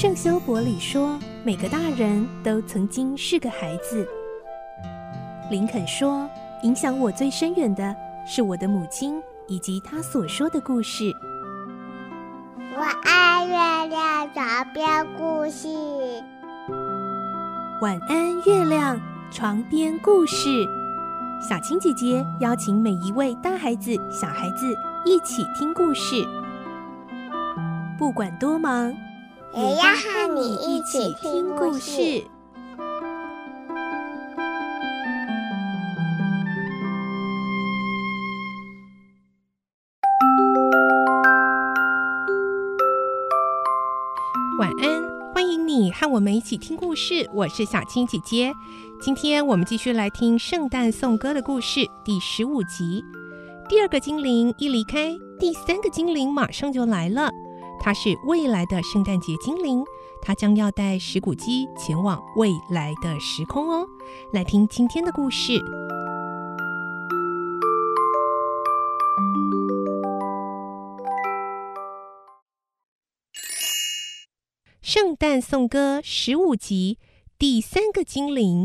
圣修伯里说，每个大人都曾经是个孩子。林肯说，影响我最深远的是我的母亲以及她所说的故事。 我爱月亮床边故事。 晚安，月亮床边故事。小青姐姐邀请每一位大孩子、小孩子一起听故事，不管多忙， 也要和你一起听故事。 晚安，欢迎你和我们一起听故事，我是小青姐姐。今天我们继续来听圣诞颂歌的故事第15集。第二个精灵一离开，第三个精灵马上就来了。他是未来的圣诞节精灵，他将要带石谷鸡前往未来的时空哦。来听今天的故事。圣诞颂歌15集，第三个精灵。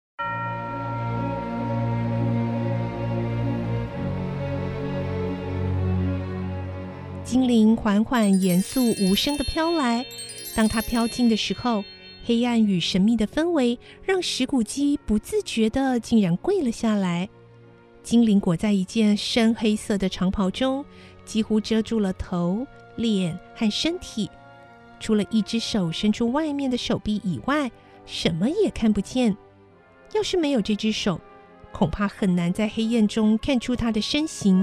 精灵缓缓严肃无声地飘来，当它飘近的时候，黑暗与神秘的氛围让石谷鸡不自觉地竟然跪了下来。精灵裹在一件深黑色的长袍中，几乎遮住了头、脸和身体，除了一只手伸出外面的手臂以外，什么也看不见。要是没有这只手，恐怕很难在黑暗中看出它的身形。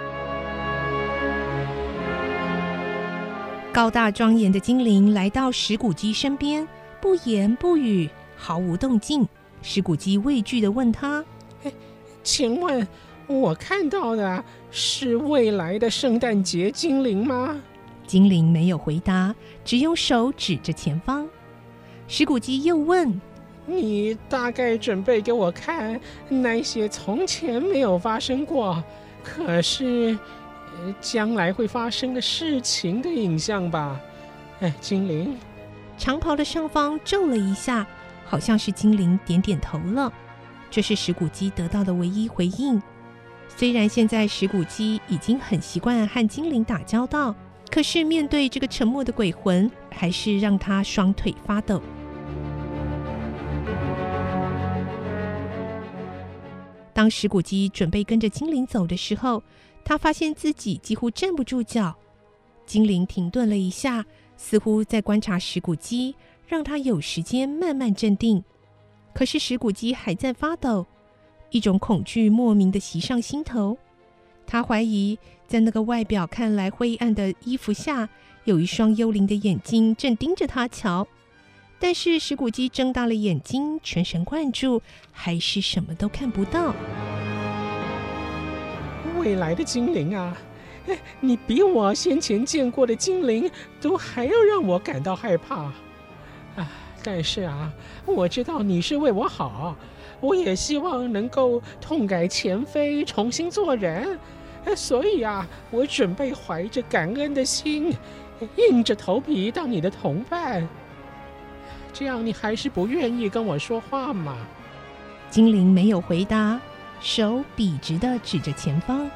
高大庄严的精灵来到石谷鸡身边，不言不语，毫无动静。石谷鸡畏惧地问他： 请问我看到的是未来的圣诞节精灵吗？ 精灵没有回答，只用手指着前方。石谷鸡又问： 你大概准备给我看那些从前没有发生过，可是将来会发生的事情的影像吧？精灵。 长袍的上方皱了一下，好像是精灵点点头了。这是石谷鸡得到的唯一回应。虽然现在石谷鸡已经很习惯和精灵打交道，可是面对这个沉默的鬼魂，还是让他双腿发抖。当石谷鸡准备跟着精灵走的时候，他发现自己几乎站不住脚。精灵停顿了一下，似乎在观察石谷鸡，让他有时间慢慢镇定。可是石谷鸡还在发抖，一种恐惧莫名地袭上心头。他怀疑在那个外表看来灰暗的衣服下，有一双幽灵的眼睛正盯着他瞧。但是石谷鸡睁大了眼睛，全神贯注，还是什么都看不到。 未来的精灵啊，你比我先前见过的精灵都还要让我感到害怕。但是啊，我知道你是为我好，我也希望能够痛改前非，重新做人。所以啊，我准备怀着感恩的心，硬着头皮当你的同伴。这样你还是不愿意跟我说话吗？ 精灵没有回答，手笔直地指着前方。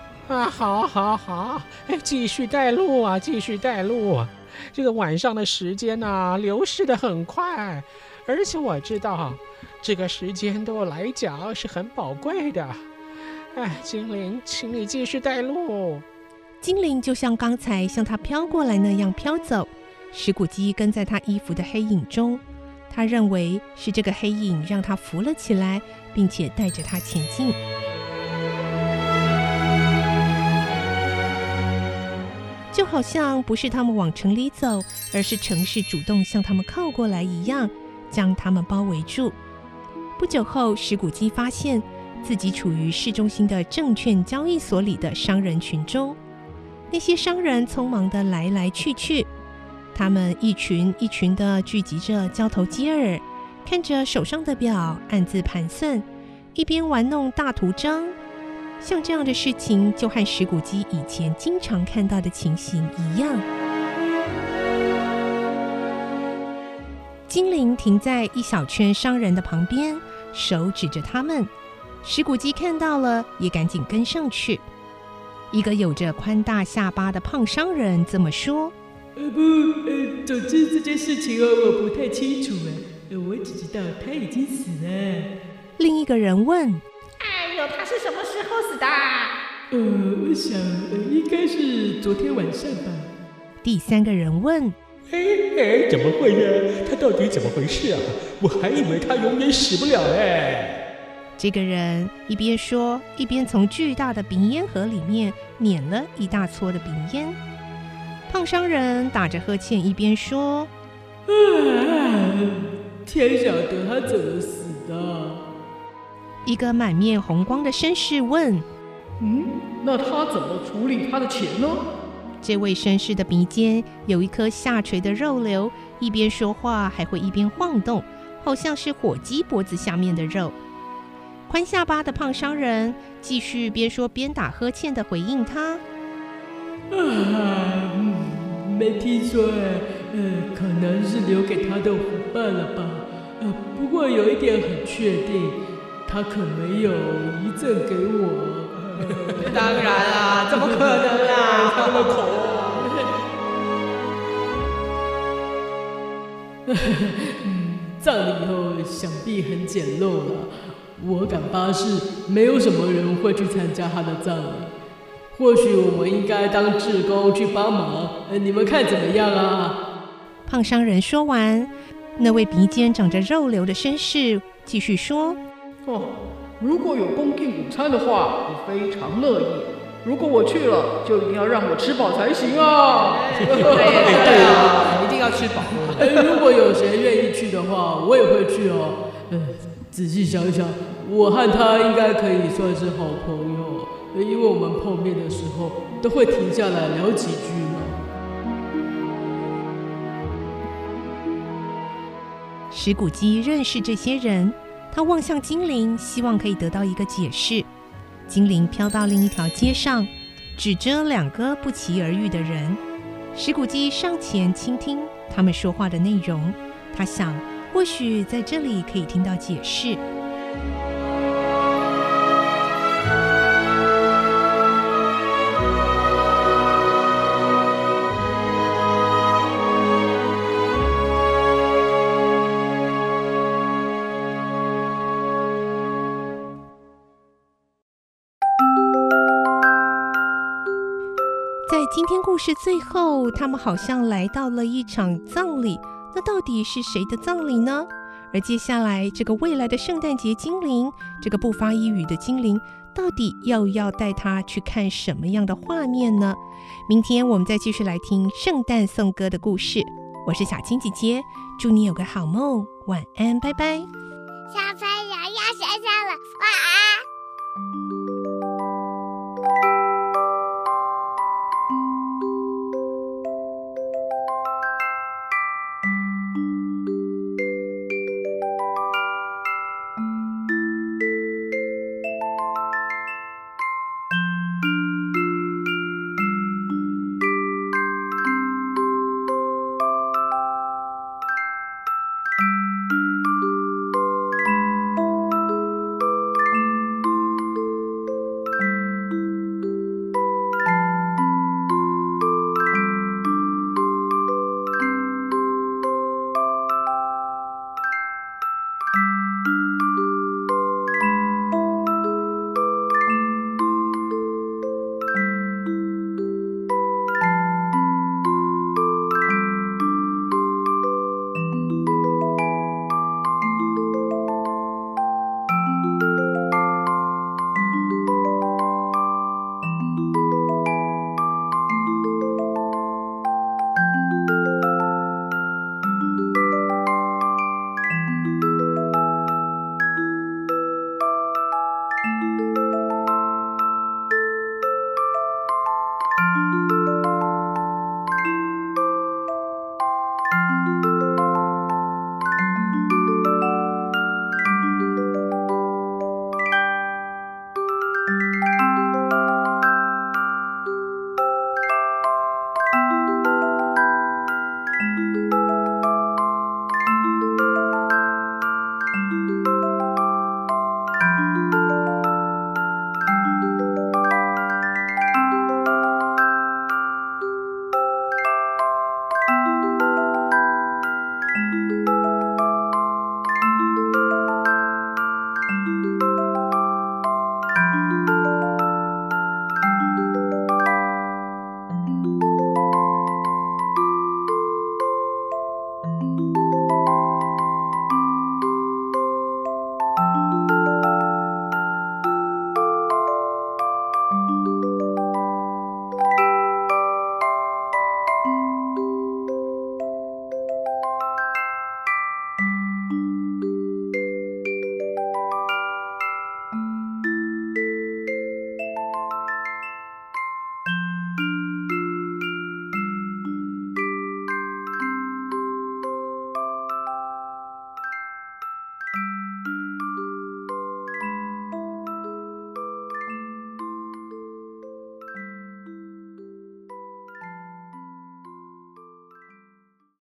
好，继续带路啊，继续带路。这个晚上的时间啊，流逝得很快，而且我知道这个时间对我来讲是很宝贵的。精灵，请你继续带路。 精灵就像刚才向他飘过来那样飘走，石谷鸡跟在他衣服的黑影中，他认为是这个黑影让他浮了起来，并且带着他前进。就好像不是他们往城里走，而是城市主动向他们靠过来一样，将他们包围住。不久后，石谷鸡发现自己处于市中心的证券交易所里的商人群中。那些商人匆忙地来来去去，他们一群一群地聚集着，交头接耳，看着手上的表，暗自盘算，一边玩弄大图章。像这样的事情，就和石谷鸡以前经常看到的情形一样。 精灵停在一小圈商人的旁边，手指着他们。石骨鸡看到了，也赶紧跟上去。一个有着宽大下巴的胖商人这么说： 总之这件事情我不太清楚我只知道他已经死了。 另一个人问： 哎呦，他是什么时候死的？ 我想应该是昨天晚上吧。 第三个人问： 怎么会呢？他到底怎么回事啊？我还以为他永远死不了嘞。 这个人一边说，一边从巨大的鼻烟盒里面捻了一大撮的鼻烟。胖商人打着呵欠，一边说： 天晓得他怎么死的。 一个满面红光的绅士问： 那他怎么处理他的钱呢？ 这位绅士的鼻尖有一颗下垂的肉瘤，一边说话还会一边晃动，好像是火鸡脖子下面的肉。宽下巴的胖商人继续边说边打呵欠地回应他： 没听说可能是留给他的伙伴了吧。不过有一点很确定，他可没有遗赠给我。 当然啦，怎么可能啦？ 他的口葬礼后想必很简陋了，我敢发誓，没有什么人会去参加他的葬礼。或许我们应该当志工去帮忙，你们看怎么样啊？ 胖商人说完，那位鼻尖长着肉瘤的绅士继续说： 如果有供应午餐的话，我非常乐意。如果我去了，就一定要让我吃饱才行啊！ 对啊，一定要吃饱。 如果有谁愿意去的话，我也会去哦。仔细想想，我和他应该可以算是好朋友，因为我们碰面的时候都会停下来聊几句呢。 石骨鸡认识这些人，他望向精灵，希望可以得到一个解释。精灵飘到另一条街上，指着两个不期而遇的人。石骨鸡上前倾听他们说话的内容，他想，或许在这里可以听到解释。在今天故事最后，他们好像来到了一场葬礼，那到底是谁的葬礼呢？而接下来这个未来的圣诞节精灵，这个不发一语的精灵，到底要带他去看什么样的画面呢？明天我们再继续来听圣诞颂歌的故事。我是小青姐姐，祝你有个好梦，晚安，拜拜。 小朋友要睡觉。